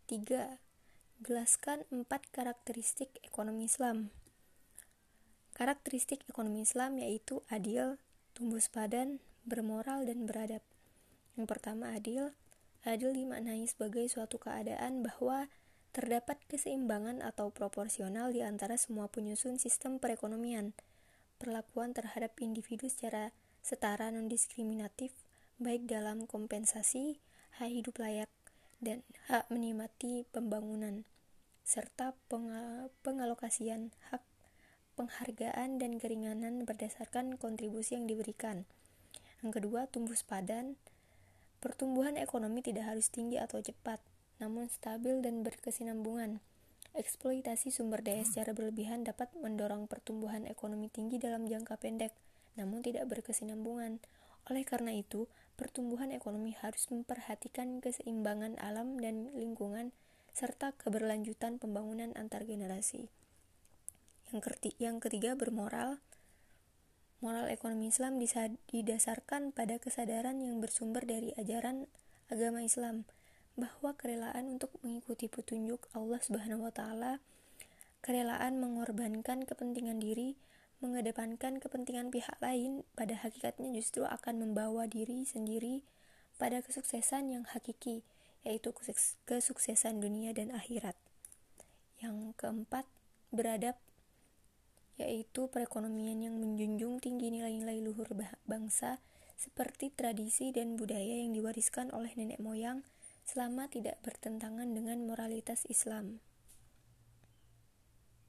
3. Jelaskan 4 karakteristik ekonomi Islam. Karakteristik ekonomi Islam yaitu adil, tumbuh sepadan, bermoral, dan beradab. Yang pertama, adil. Adil dimaknai sebagai suatu keadaan bahwa terdapat keseimbangan atau proporsional di antara semua penyusun sistem perekonomian. Perlakuan terhadap individu secara setara non-diskriminatif, baik dalam kompensasi, hak hidup layak, dan hak menikmati pembangunan, serta pengalokasian hak, penghargaan, dan keringanan berdasarkan kontribusi yang diberikan. Yang kedua, tumbuh sepadan. Pertumbuhan ekonomi tidak harus tinggi atau cepat, namun stabil dan berkesinambungan. Eksploitasi sumber daya secara berlebihan dapat mendorong pertumbuhan ekonomi tinggi dalam jangka pendek, namun tidak berkesinambungan. Oleh karena itu, pertumbuhan ekonomi harus memperhatikan keseimbangan alam dan lingkungan, serta keberlanjutan pembangunan antar generasi. Yang ketiga, bermoral. Moral ekonomi Islam didasarkan pada kesadaran yang bersumber dari ajaran agama Islam, bahwa kerelaan untuk mengikuti petunjuk Allah Subhanahu wa Ta'ala, kerelaan mengorbankan kepentingan diri, mengedepankan kepentingan pihak lain, pada hakikatnya justru akan membawa diri sendiri pada kesuksesan yang hakiki, yaitu kesuksesan dunia dan akhirat. Yang keempat, beradab, yaitu perekonomian yang menjunjung tinggi nilai-nilai luhur bangsa seperti tradisi dan budaya yang diwariskan oleh nenek moyang selama tidak bertentangan dengan moralitas Islam.